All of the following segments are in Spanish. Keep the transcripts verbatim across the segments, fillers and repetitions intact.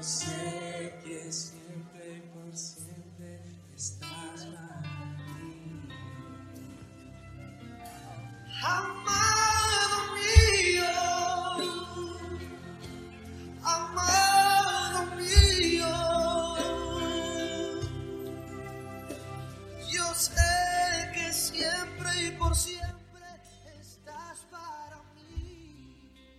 sé que siempre y por siempre estás para mí. Amado mío, amado mío, yo sé que siempre y por siempre estás para mí.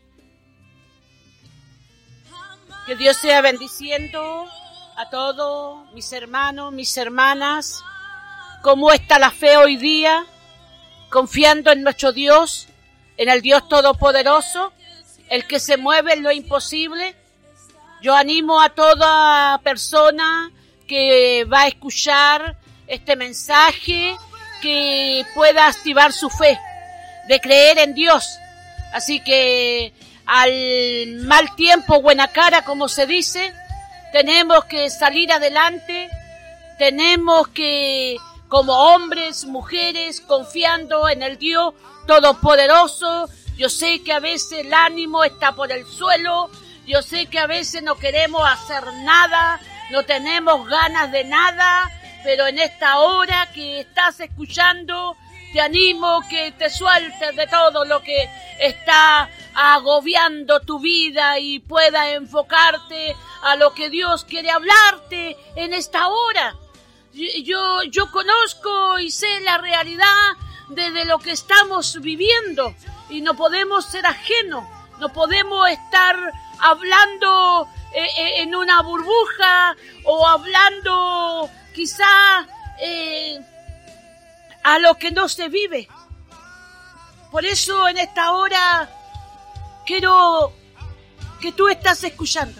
Que Dios sea bendiciendo a todos mis hermanos, mis hermanas. ¿Cómo está la fe hoy día? Confiando en nuestro Dios, en el Dios Todopoderoso, el que se mueve en lo imposible. Yo animo a toda persona que va a escuchar este mensaje que pueda activar su fe, de creer en Dios. Así que al mal tiempo, buena cara, como se dice, tenemos que salir adelante, tenemos que, como hombres, mujeres, confiando en el Dios Todopoderoso. Yo sé que a veces el ánimo está por el suelo, yo sé que a veces no queremos hacer nada, no tenemos ganas de nada, pero en esta hora que estás escuchando, te animo que te sueltes de todo lo que está agobiando tu vida y puedas enfocarte a lo que Dios quiere hablarte en esta hora. Yo, yo conozco y sé la realidad de, de lo que estamos viviendo y no podemos ser ajenos, no podemos estar hablando eh, en una burbuja o hablando quizá eh, a lo que no se vive. Por eso en esta hora quiero que tú estás escuchando,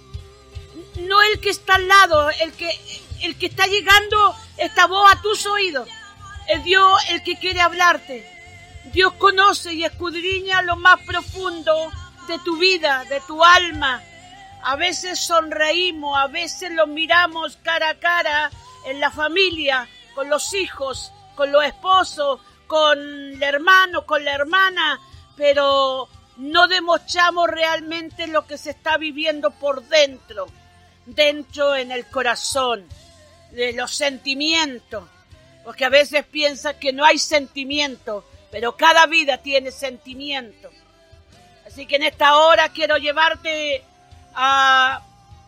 no el que está al lado, el que el que está llegando esta voz a tus oídos, es Dios el que quiere hablarte. Dios conoce y escudriña lo más profundo de tu vida, de tu alma. A veces sonreímos, a veces lo miramos cara a cara en la familia, con los hijos, con los esposos, con el hermano, con la hermana, pero no demostramos realmente lo que se está viviendo por dentro, dentro en el corazón, de los sentimientos, porque a veces piensas que no hay sentimiento, pero cada vida tiene sentimiento. Así que en esta hora quiero llevarte a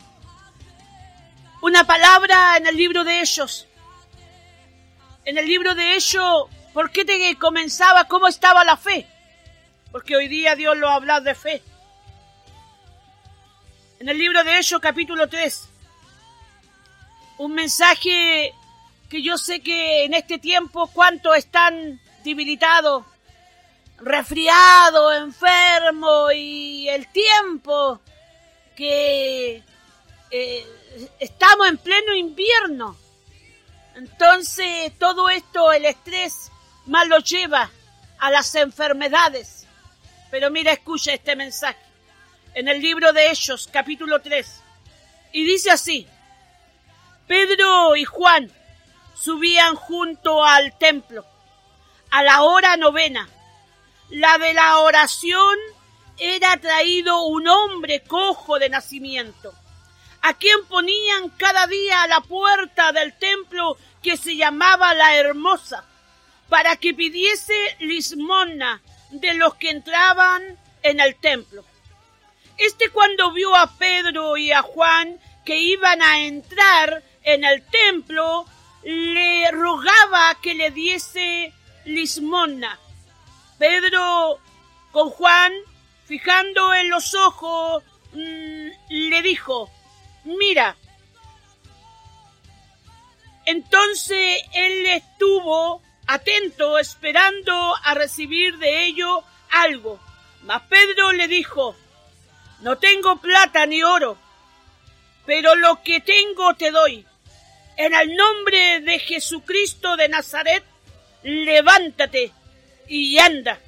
una palabra en el libro de Hechos. En el libro de Hechos, ¿por qué te comenzaba? ¿Cómo estaba la fe? Porque hoy día Dios lo habla de fe. En el libro de Hechos, capítulo tres. Un mensaje que yo sé que en este tiempo cuántos están debilitados, resfriados, enfermos, y el tiempo que eh, estamos en pleno invierno. Entonces todo esto, el estrés, más lo lleva a las enfermedades. Pero mira, escucha este mensaje. En el libro de Hechos, capítulo tres. Y dice así: Pedro y Juan subían junto al templo a la hora novena. La de la oración era traído un hombre cojo de nacimiento, a quien ponían cada día a la puerta del templo que se llamaba La Hermosa, para que pidiese limosna de los que entraban en el templo. Este, cuando vio a Pedro y a Juan que iban a entrar en el templo, le rogaba que le diese limosna. Pedro, con Juan, fijando en los ojos, mmm, le dijo: mira. Entonces él estuvo atento, esperando a recibir de ello algo. Mas Pedro le dijo: no tengo plata ni oro, pero lo que tengo te doy. En el nombre de Jesucristo de Nazaret, levántate y anda.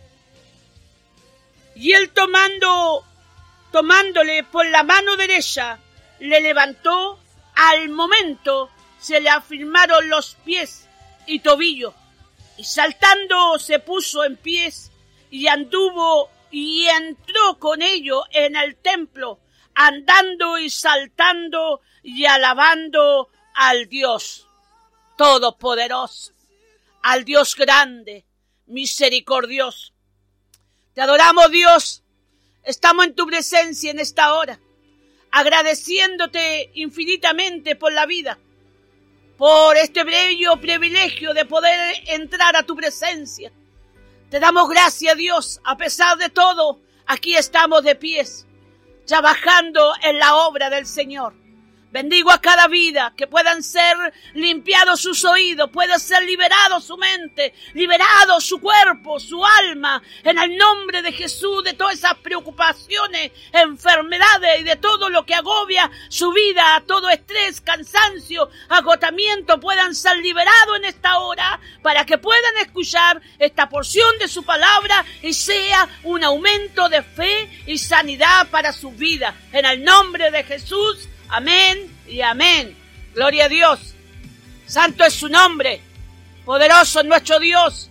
Y él tomando, tomándole por la mano derecha, le levantó. Al momento se le afirmaron los pies y tobillos, y saltando se puso en pies y anduvo y entró con ellos en el templo, andando y saltando y alabando al Dios Todopoderoso, al Dios grande, misericordioso. Te adoramos, Dios. Estamos en tu presencia en esta hora, agradeciéndote infinitamente por la vida, por este bello privilegio de poder entrar a tu presencia. Te damos gracias, Dios. A pesar de todo, aquí estamos de pies, trabajando en la obra del Señor. Bendigo a cada vida, que puedan ser limpiados sus oídos, pueda ser liberado su mente, liberado su cuerpo, su alma, en el nombre de Jesús, de todas esas preocupaciones, enfermedades y de todo lo que agobia su vida, todo estrés, cansancio, agotamiento, puedan ser liberados en esta hora, para que puedan escuchar esta porción de su palabra y sea un aumento de fe y sanidad para su vida. En el nombre de Jesús, amén y amén. Gloria a Dios. Santo es su nombre. Poderoso es nuestro Dios.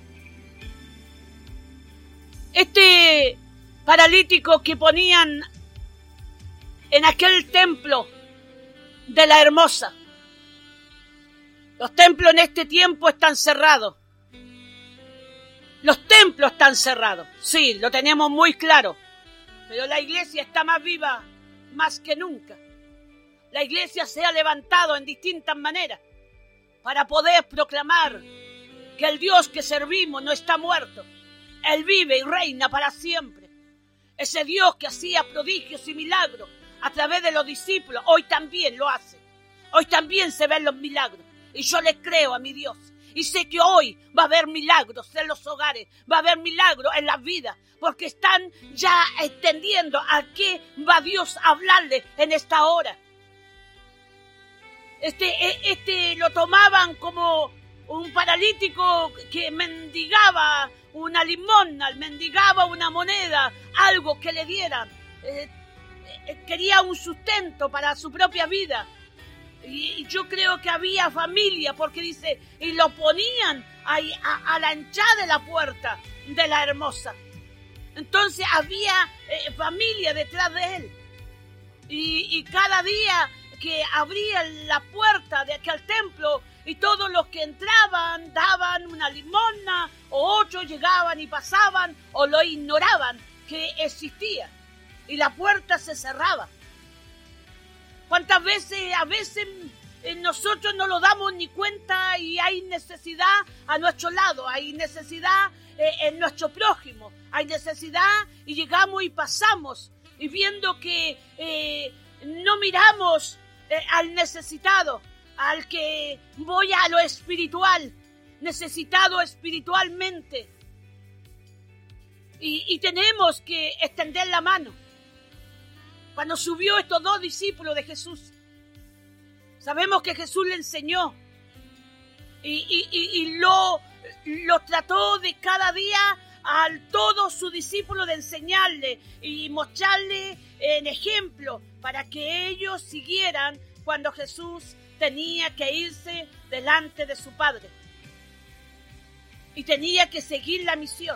Este paralítico que ponían en aquel templo de la Hermosa. Los templos en este tiempo están cerrados. Los templos están cerrados. Sí, lo tenemos muy claro. Pero la iglesia está más viva más que nunca. La iglesia se ha levantado en distintas maneras para poder proclamar que el Dios que servimos no está muerto. Él vive y reina para siempre. Ese Dios que hacía prodigios y milagros a través de los discípulos, hoy también lo hace. Hoy también se ven los milagros. Y yo le creo a mi Dios. Y sé que hoy va a haber milagros en los hogares, va a haber milagros en las vidas, porque están ya entendiendo a qué va Dios a hablarle en esta hora. Este, este lo tomaban como un paralítico que mendigaba una limosna, mendigaba una moneda, algo que le dieran. Eh, eh, quería un sustento para su propia vida. Y, y yo creo que había familia, porque dice, y lo ponían ahí a, a la hinchada de la puerta de la Hermosa. Entonces había eh, familia detrás de él. Y, y cada día que abrían la puerta de aquel templo y todos los que entraban daban una limosna, o otros llegaban y pasaban o lo ignoraban que existía, y la puerta se cerraba. ¿Cuántas veces, a veces nosotros no lo damos ni cuenta y hay necesidad a nuestro lado, hay necesidad eh, en nuestro prójimo, hay necesidad y llegamos y pasamos y viendo que eh, no miramos eh, al necesitado, al que voy a lo espiritual, necesitado espiritualmente, y, y tenemos que extender la mano. Cuando subió estos dos discípulos de Jesús, sabemos que Jesús le enseñó y, y, y, y lo, lo trató de cada día a todos sus discípulos de enseñarle y mostrarle en ejemplo para que ellos siguieran cuando Jesús tenía que irse delante de su Padre y tenía que seguir la misión.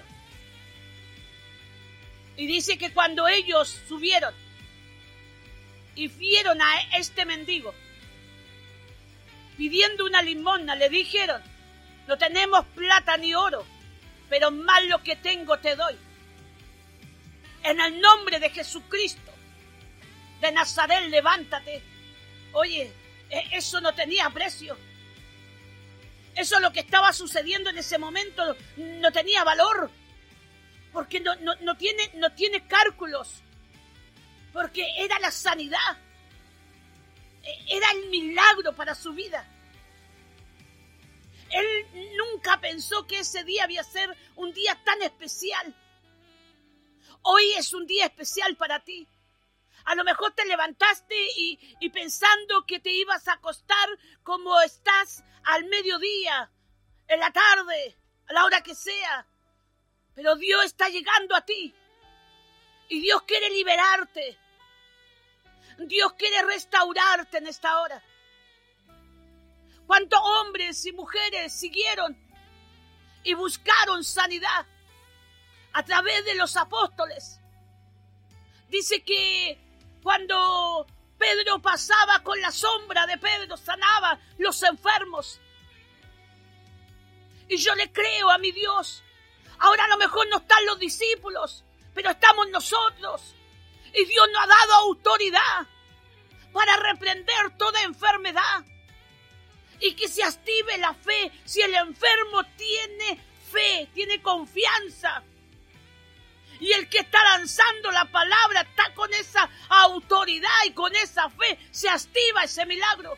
Y dice que cuando ellos subieron y vieron a este mendigo pidiendo una limosna, le dijeron, no tenemos plata ni oro, pero más lo que tengo te doy. En el nombre de Jesucristo de Nazaret, levántate. Oye, eso no tenía precio. Eso, lo que estaba sucediendo en ese momento, no tenía valor, porque no, no, no tiene, no tiene cálculos. Porque era la sanidad, era el milagro para su vida. Él nunca pensó que ese día iba a ser un día tan especial. Hoy es un día especial para ti. A lo mejor te levantaste y, y pensando que te ibas a acostar como estás al mediodía, en la tarde, a la hora que sea. Pero Dios está llegando a ti. Y Dios quiere liberarte. Dios quiere restaurarte en esta hora. ¿Cuántos hombres y mujeres siguieron y buscaron sanidad a través de los apóstoles? Dice que cuando Pedro pasaba con la sombra de Pedro, sanaba los enfermos. Y yo le creo a mi Dios. Ahora a lo mejor no están los discípulos, pero estamos nosotros. Y Dios nos ha dado autoridad para reprender toda enfermedad. Y que se active la fe. Si el enfermo tiene fe, tiene confianza. Y el que está lanzando la palabra está con esa autoridad y con esa fe, se activa ese milagro.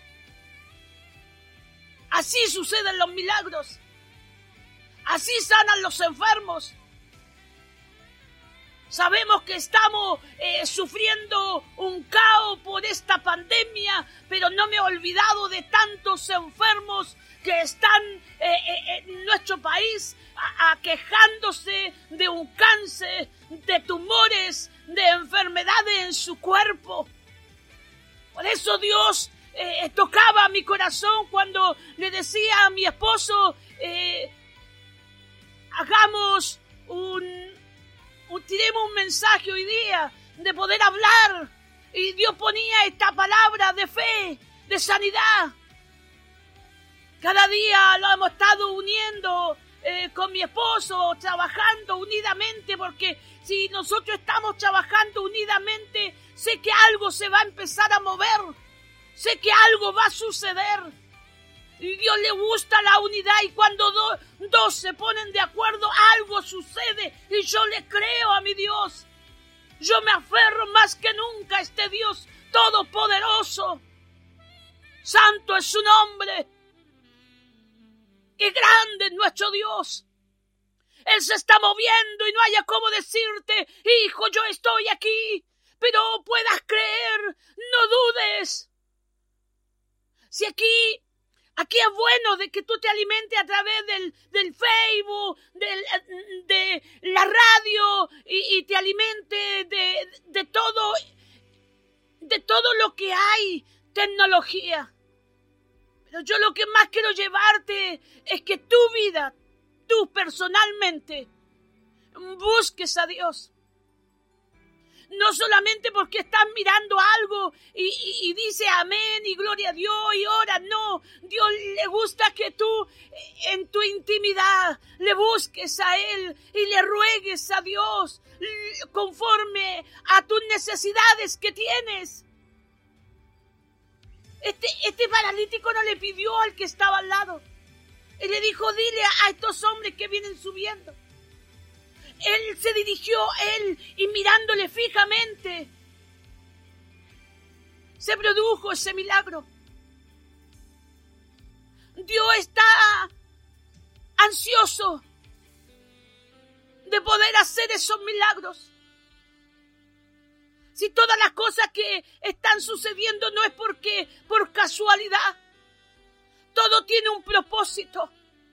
Así suceden los milagros. Así sanan los enfermos. Sabemos que estamos eh, sufriendo un caos por esta pandemia, pero no me he olvidado de tantos enfermos que están eh, eh, en nuestro país a, a quejándose de un cáncer, de tumores, de enfermedades en su cuerpo. Por eso Dios eh, tocaba mi corazón cuando le decía a mi esposo, eh, hagamos un... tiremos un mensaje hoy día de poder hablar, y Dios ponía esta palabra de fe, de sanidad. Cada día lo hemos estado uniendo eh, con mi esposo, trabajando unidamente, porque si nosotros estamos trabajando unidamente, sé que algo se va a empezar a mover, sé que algo va a suceder. Y Dios le gusta la unidad, y cuando do, dos se ponen de acuerdo, algo sucede, y yo le creo a mi Dios. Yo me aferro más que nunca a este Dios todopoderoso. Santo es su nombre. Qué grande es nuestro Dios. Él se está moviendo y no haya cómo decirte, hijo, yo estoy aquí, pero puedas creer, no dudes. Si aquí... Aquí es bueno de que tú te alimentes a través del, del Facebook, del, de la radio, y, y te alimentes de, de todo, de todo lo que hay, tecnología. Pero yo lo que más quiero llevarte es que tu vida, tú personalmente, busques a Dios. No solamente porque estás mirando algo y, y, y dice amén y gloria a Dios y ora, no. Dios le gusta que tú en tu intimidad le busques a Él y le ruegues a Dios conforme a tus necesidades que tienes. Este, este paralítico no le pidió al que estaba al lado. Él le dijo, dile a estos hombres que vienen subiendo. Él se dirigió, él, y mirándole fijamente, se produjo ese milagro. Dios está ansioso de poder hacer esos milagros. Si todas las cosas que están sucediendo no es porque por casualidad, todo tiene un propósito.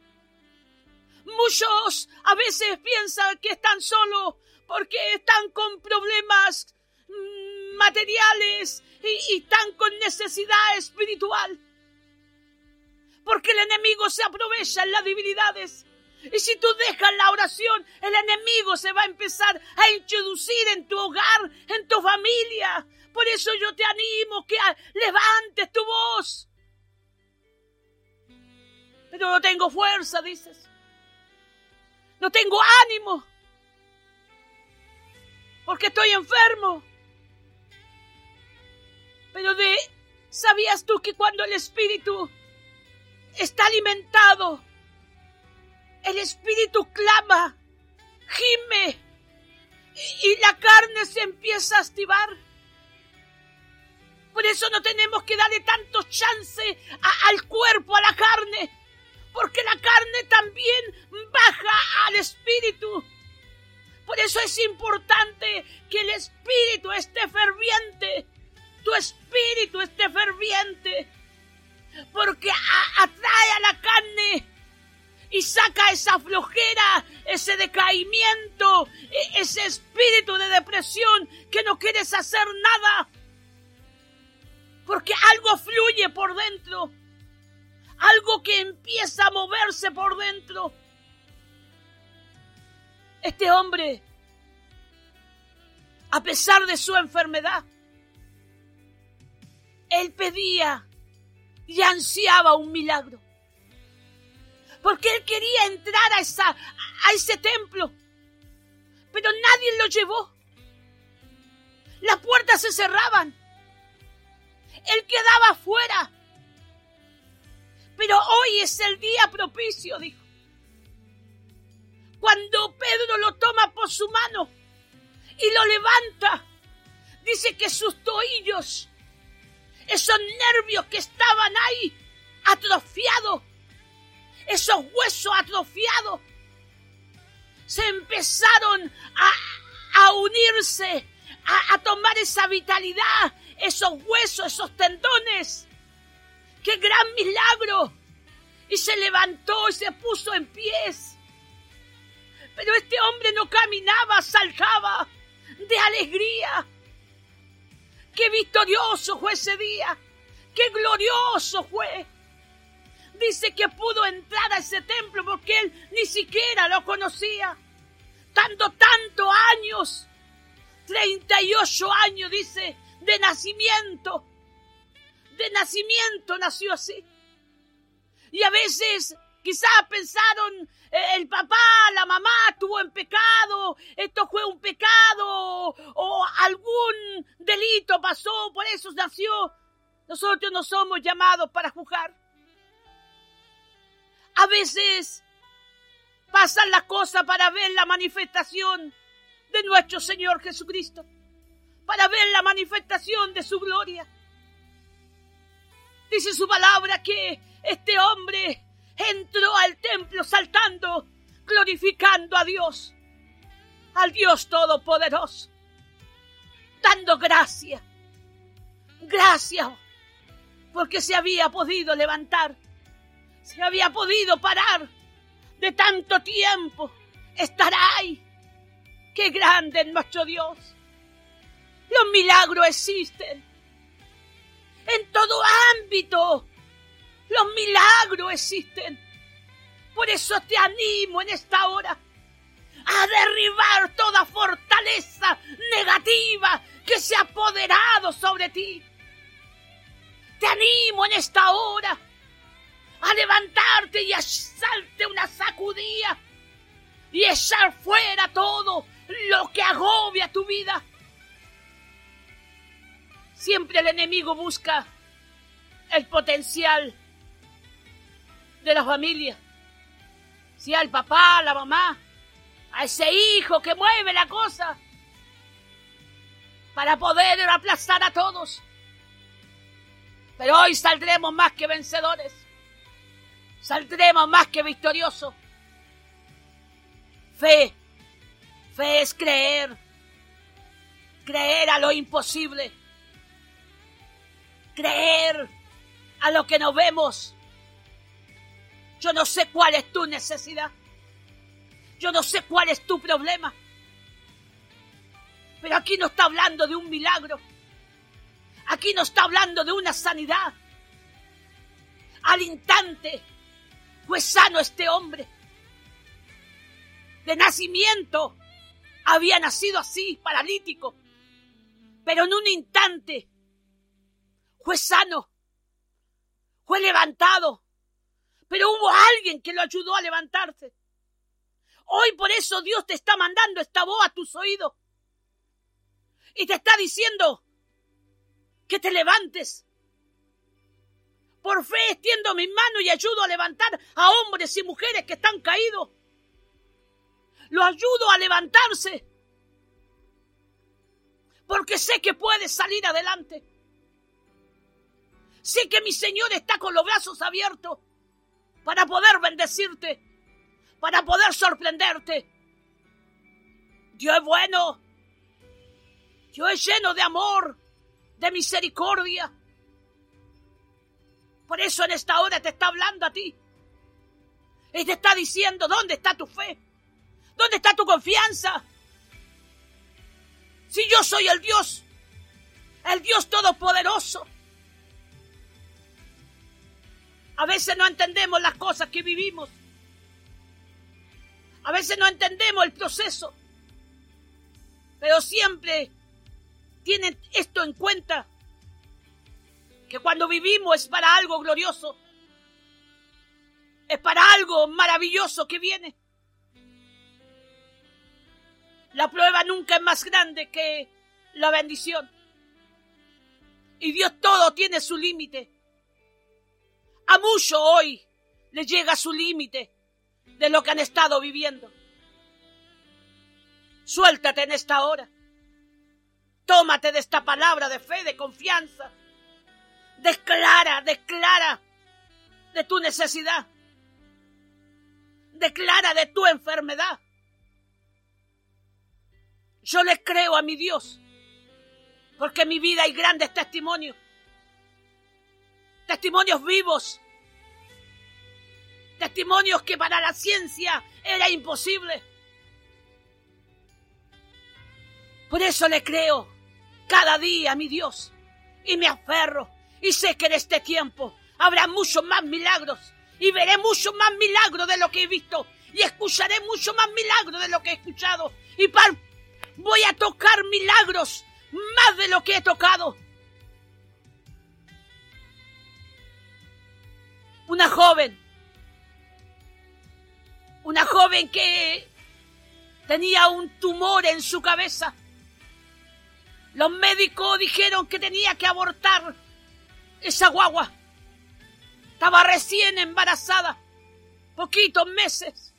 Muchos a veces piensan que están solos porque están con problemas mmm, materiales y, y están con necesidad espiritual. Porque el enemigo se aprovecha en las debilidades. Y si tú dejas la oración, el enemigo se va a empezar a introducir en tu hogar, en tu familia. Por eso yo te animo que levantes tu voz. Pero no tengo fuerza, dices. No tengo ánimo, porque estoy enfermo. Pero de, ¿sabías tú que cuando el espíritu está alimentado, el espíritu clama, gime, y, y la carne se empieza a activar? Por eso no tenemos que darle tanto chance a, al cuerpo, a la carne, porque la carne también baja al espíritu. Por eso es importante que el espíritu esté ferviente, tu espíritu esté ferviente, porque a, atrae a la carne y saca esa flojera, ese decaimiento, ese espíritu de depresión que no quieres hacer nada, porque algo fluye por dentro. Algo que empieza a moverse por dentro. Este hombre, a pesar de su enfermedad, él pedía y ansiaba un milagro. Porque él quería entrar a, esa, a ese templo. Pero nadie lo llevó. Las puertas se cerraban. Él quedaba afuera. Pero hoy es el día propicio, dijo. Cuando Pedro lo toma por su mano y lo levanta, dice que sus tobillos, esos nervios que estaban ahí atrofiados, esos huesos atrofiados, se empezaron a, a unirse, a, a tomar esa vitalidad, esos huesos, esos tendones. ¡Qué gran milagro! Y se levantó y se puso en pies. Pero este hombre no caminaba, saltaba de alegría. ¡Qué victorioso fue ese día! ¡Qué glorioso fue! Dice que pudo entrar a ese templo porque él ni siquiera lo conocía. Tanto, tanto años, treinta y ocho años, dice, de nacimiento. De nacimiento nació así. Y a veces quizás pensaron, eh, el papá, la mamá estuvo en pecado, esto fue un pecado, o algún delito pasó, por eso nació. Nosotros no somos llamados para juzgar. A veces pasan las cosas para ver la manifestación de nuestro Señor Jesucristo, para ver la manifestación de su gloria. Dice su palabra que este hombre entró al templo saltando, glorificando a Dios, al Dios Todopoderoso, dando gracias, gracias, porque se había podido levantar, se había podido parar de tanto tiempo, estar ahí. ¡Qué grande es nuestro Dios! Los milagros existen. En todo ámbito, los milagros existen. Por eso te animo en esta hora a derribar toda fortaleza negativa que se ha apoderado sobre ti. Te animo en esta hora a levantarte y a echarte una sacudida y echar fuera todo lo que agobia tu vida. Siempre el enemigo busca el potencial de la familia. Si al papá, a la mamá, a ese hijo que mueve la cosa, para poder aplastar a todos. Pero hoy saldremos más que vencedores. Saldremos más que victoriosos. Fe. Fe es creer. Creer a lo imposible. Creer a lo que no vemos. Yo no sé cuál es tu necesidad. Yo no sé cuál es tu problema. Pero aquí no está hablando de un milagro. Aquí no está hablando de una sanidad. Al instante fue sano este hombre. De nacimiento había nacido así, paralítico. Pero en un instante fue sano, fue levantado, pero hubo alguien que lo ayudó a levantarse. Hoy por eso Dios te está mandando esta voz a tus oídos y te está diciendo que te levantes. Por fe extiendo mis manos y ayudo a levantar a hombres y mujeres que están caídos. Los ayudo a levantarse porque sé que puedes salir adelante. Sé que mi Señor está con los brazos abiertos para poder bendecirte, para poder sorprenderte. Dios es bueno. Dios es lleno de amor, de misericordia. Por eso en esta hora te está hablando a ti. Y te está diciendo, ¿dónde está tu fe? ¿Dónde está tu confianza? Si yo soy el Dios, el Dios Todopoderoso. A veces no entendemos las cosas que vivimos. A veces no entendemos el proceso. Pero siempre tienen esto en cuenta, que cuando vivimos es para algo glorioso, es para algo maravilloso que viene. La prueba nunca es más grande que la bendición. Y Dios todo tiene su límite. A muchos hoy les llega su límite de lo que han estado viviendo. Suéltate en esta hora. Tómate de esta palabra de fe, de confianza. Declara, declara de tu necesidad. Declara de tu enfermedad. Yo le creo a mi Dios, porque en mi vida hay grandes testimonios. Testimonios vivos. Testimonios que para la ciencia era imposible. Por eso le creo cada día a mi Dios y me aferro y sé que en este tiempo habrá muchos más milagros y veré muchos más milagros de lo que he visto y escucharé muchos más milagros de lo que he escuchado y par- voy a tocar milagros más de lo que he tocado. Una joven, una joven que tenía un tumor en su cabeza. Los médicos dijeron que tenía que abortar esa guagua. Estaba recién embarazada, poquitos meses.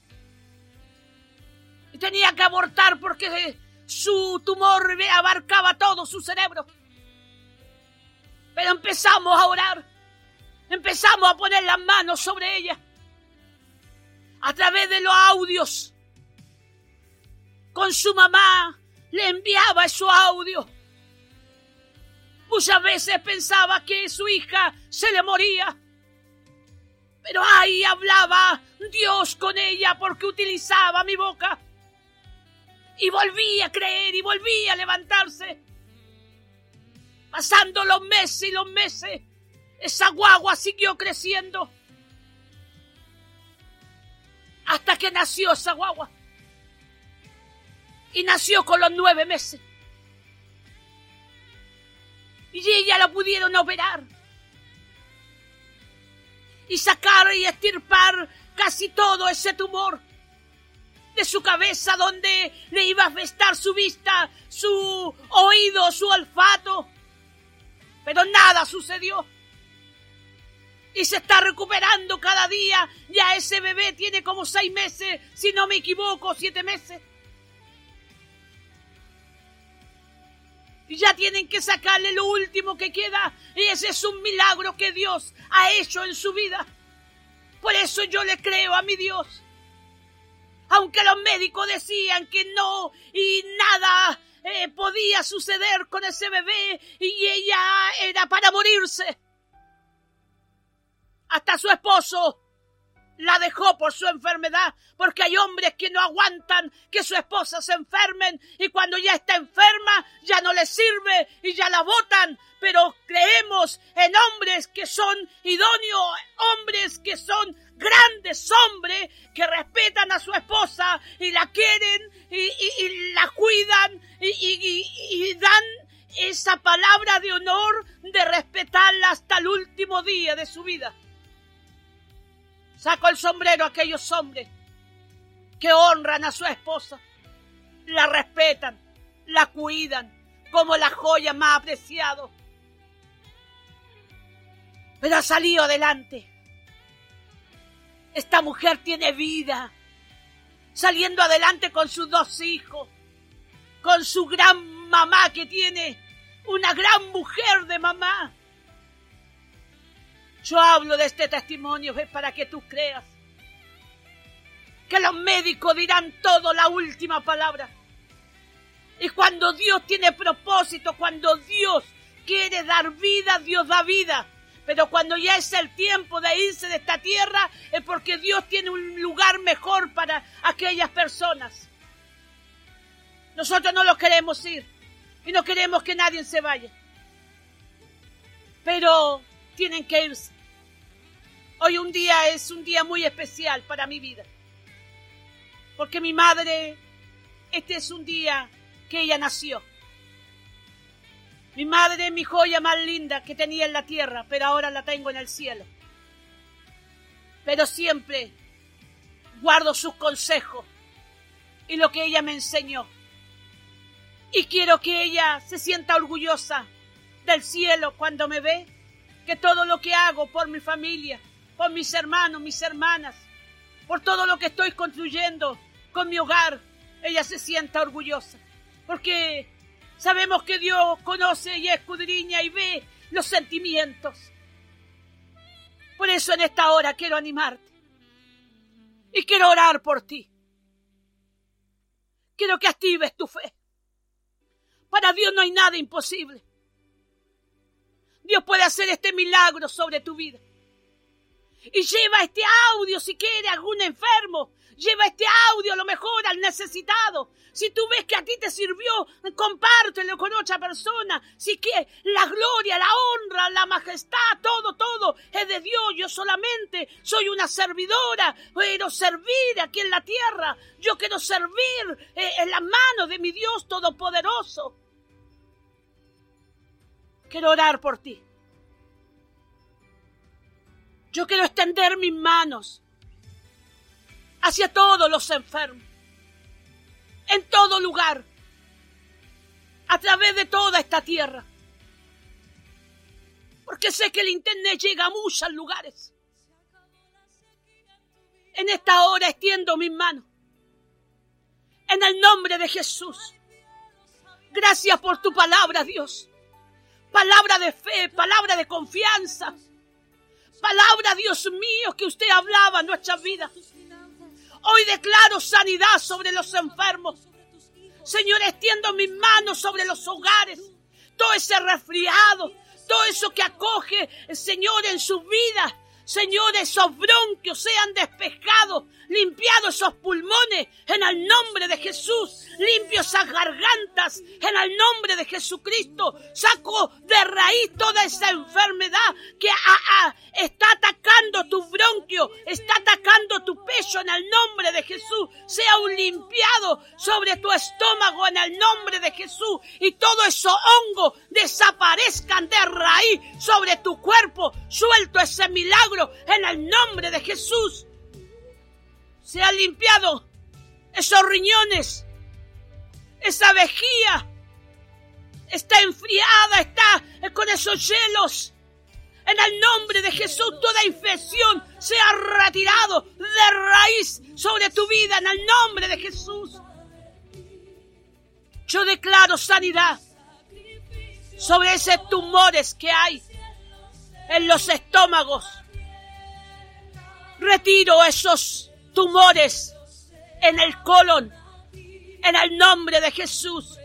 Y tenía que abortar porque su tumor abarcaba todo su cerebro. Pero empezamos a orar. Empezamos a poner las manos sobre ella. A través de los audios. Con su mamá le enviaba esos audios. Muchas veces pensaba que su hija se le moría. Pero ahí hablaba Dios con ella porque utilizaba mi boca. Y volvía a creer y volvía a levantarse. Pasando los meses y los meses, esa guagua siguió creciendo. Hasta que nació esa guagua. Y nació con los nueve meses. Y ella la pudieron operar. Y sacar y extirpar casi todo ese tumor de su cabeza donde le iba a afectar su vista, su oído, su olfato. Pero nada sucedió. Y se está recuperando cada día. Ya ese bebé tiene como seis meses, si no me equivoco, siete meses. Y ya tienen que sacarle lo último que queda. Y ese es un milagro que Dios ha hecho en su vida. Por eso yo le creo a mi Dios. Aunque los médicos decían que no y nada eh, podía suceder con ese bebé y ella era para morirse. Hasta su esposo la dejó por su enfermedad, porque hay hombres que no aguantan que su esposa se enfermen y cuando ya está enferma ya no les sirve y ya la botan. Pero creemos en hombres que son idóneos, hombres que son grandes hombres que respetan a su esposa y la quieren y, y, y la cuidan y, y, y, y dan esa palabra de honor de respetarla hasta el último día de su vida. Saco el sombrero a aquellos hombres que honran a su esposa, la respetan, la cuidan como la joya más apreciada. Pero ha salido adelante. Esta mujer tiene vida, saliendo adelante con sus dos hijos, con su gran mamá que tiene, una gran mujer de mamá. Yo hablo de este testimonio es para que tú creas que los médicos dirán todo la última palabra. Y cuando Dios tiene propósito, cuando Dios quiere dar vida, Dios da vida. Pero cuando ya es el tiempo de irse de esta tierra, es porque Dios tiene un lugar mejor para aquellas personas. Nosotros no los queremos ir y no queremos que nadie se vaya. Pero tienen que irse. Hoy un día es un día muy especial para mi vida. Porque mi madre, este es un día que ella nació. Mi madre es mi joya más linda que tenía en la tierra, pero ahora la tengo en el cielo. Pero siempre guardo sus consejos y lo que ella me enseñó. Y quiero que ella se sienta orgullosa del cielo cuando me ve, que todo lo que hago por mi familia, por mis hermanos, mis hermanas, por todo lo que estoy construyendo con mi hogar, ella se sienta orgullosa. Porque sabemos que Dios conoce y escudriña y ve los sentimientos. Por eso en esta hora quiero animarte. Y quiero orar por ti. Quiero que actives tu fe. Para Dios no hay nada imposible. Dios puede hacer este milagro sobre tu vida. Y lleva este audio si quiere a algún enfermo. Lleva este audio a lo mejor al necesitado. Si tú ves que a ti te sirvió, compártelo con otra persona. Si que la gloria, la honra, la majestad, todo, todo es de Dios. Yo solamente soy una servidora. Quiero servir aquí en la tierra. Yo quiero servir eh, en las manos de mi Dios Todopoderoso. Quiero orar por ti. Yo quiero extender mis manos hacia todos los enfermos, en todo lugar, a través de toda esta tierra. Porque sé que el internet llega a muchos lugares. En esta hora extiendo mis manos. En el nombre de Jesús. Gracias por tu palabra, Dios. Palabra de fe, palabra de confianza. Palabra, Dios mío, que usted hablaba en nuestras vidas. Hoy declaro sanidad sobre los enfermos. Señor, extiendo mis manos sobre los hogares. Todo ese resfriado, todo eso que acoge, Señor, en sus vidas. Señor, esos bronquios sean despejados, limpiados esos pulmones en el nombre de Jesús. Limpio esas gargantas en el nombre de Jesucristo. Saco de raíz toda esa enfermedad que a, a, está atacando tu bronquio, está atacando tu pecho en el nombre de Jesús. Sea un limpiado sobre tu estómago en el nombre de Jesús. Y todo eso hongo desaparezcan de raíz sobre tu cuerpo. Suelto ese milagro en el nombre de Jesús. Se ha limpiado esos riñones, esa vejiga está enfriada, está con esos hielos. En el nombre de Jesús, toda infección se ha retirado de raíz sobre tu vida. En el nombre de Jesús, yo declaro sanidad sobre esos tumores que hay en los estómagos. Retiro esos tumores en el colon, en el nombre de Jesús.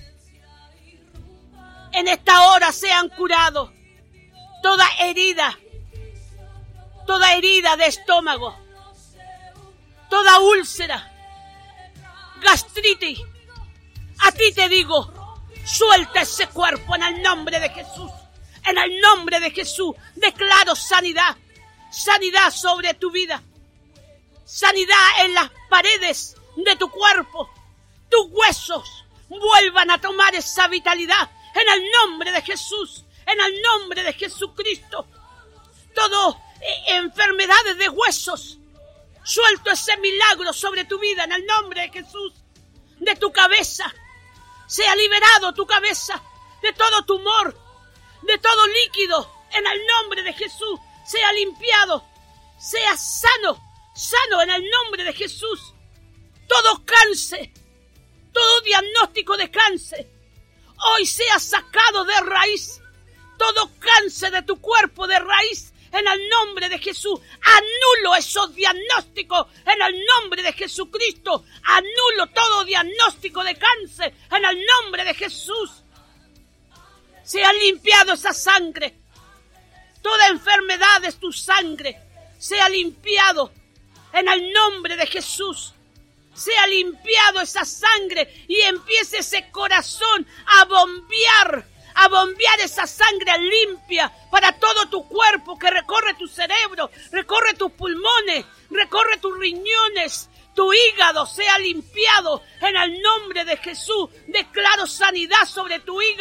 En esta hora sean curados toda herida, toda herida de estómago, toda úlcera, gastritis. A ti te digo, suelta ese cuerpo en el nombre de Jesús. En el nombre de Jesús declaro sanidad, sanidad sobre tu vida. Sanidad en las paredes de tu cuerpo. Tus huesos vuelvan a tomar esa vitalidad en el nombre de Jesús, en el nombre de Jesucristo. Todo eh, enfermedades de huesos, suelto ese milagro sobre tu vida en el nombre de Jesús. De tu cabeza, sea liberado tu cabeza de todo tumor, de todo líquido, en el nombre de Jesús. Sea limpiado, sea sano. Sano en el nombre de Jesús. Todo cáncer, todo diagnóstico de cáncer, hoy sea sacado de raíz. Todo cáncer de tu cuerpo de raíz en el nombre de Jesús. Anulo esos diagnósticos en el nombre de Jesucristo. Anulo todo diagnóstico de cáncer en el nombre de Jesús. Sea limpiado esa sangre. Toda enfermedad de tu sangre sea limpiado. En el nombre de Jesús, sea limpiado esa sangre y empiece ese corazón a bombear, a bombear esa sangre limpia para todo tu cuerpo que recorre tu cerebro, recorre tus pulmones, recorre tus riñones, tu hígado sea limpiado en el nombre de Jesús. Declaro sanidad sobre tu hígado,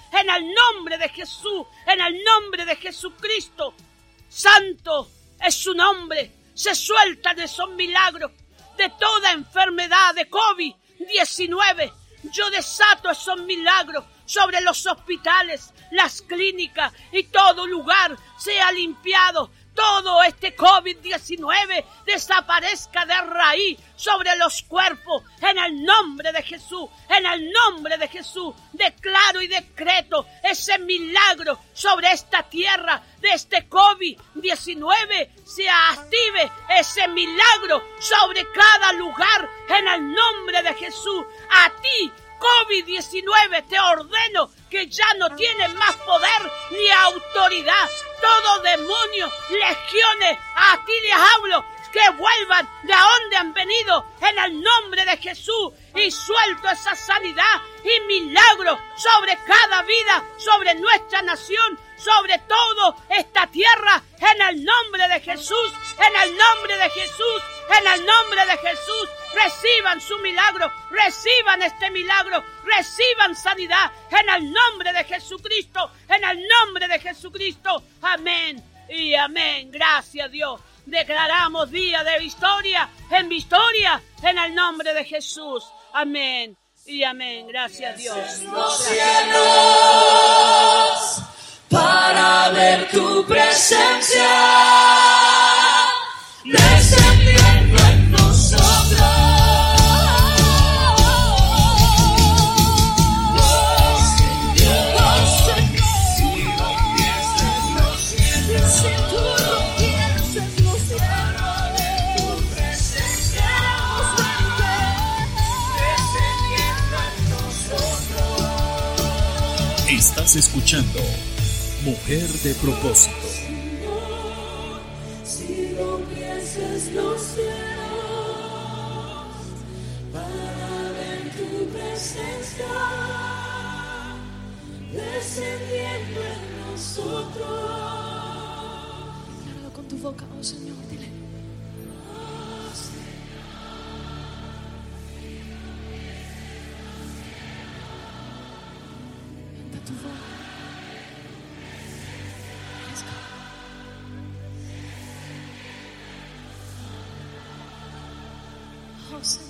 en el nombre de Jesús, en el nombre de Jesucristo. Santo es su nombre. Se sueltan esos milagros de toda enfermedad de COVID diecinueve. Yo desato esos milagros sobre los hospitales, las clínicas y todo lugar sea limpiado. Todo este COVID diecinueve desaparezca de raíz sobre los cuerpos. En el nombre de Jesús, en el nombre de Jesús, declaro y decreto ese milagro sobre esta tierra de este COVID diecinueve. Se active ese milagro sobre cada lugar en el nombre de Jesús. A ti, COVID diecinueve, te ordeno que ya no tienes más poder ni autoridad. Todo demonio, legiones, a ti les hablo, que vuelvan de donde han venido en el nombre de Jesús. Y suelto esa sanidad y milagro sobre cada vida, sobre nuestra nación, sobre todo esta tierra, en el nombre de Jesús, en el nombre de Jesús, en el nombre de Jesús. Reciban su milagro, reciban este milagro, reciban sanidad en el nombre de Jesucristo, en el nombre de Jesucristo. Amén y amén. Gracias, Dios. Declaramos día de victoria en victoria en el nombre de Jesús. Amén y amén. Gracias, Dios. Los cielos para ver tu presencia descendiendo en nosotros. Estás escuchando Mujer de Propósito. Si rompieses los cielos para ver tu presencia descendiendo en nosotros. Decláralo con tu boca, oh Señor, dile. Oh, Señor. Canta tu voz. Let's go. Oh, Señor.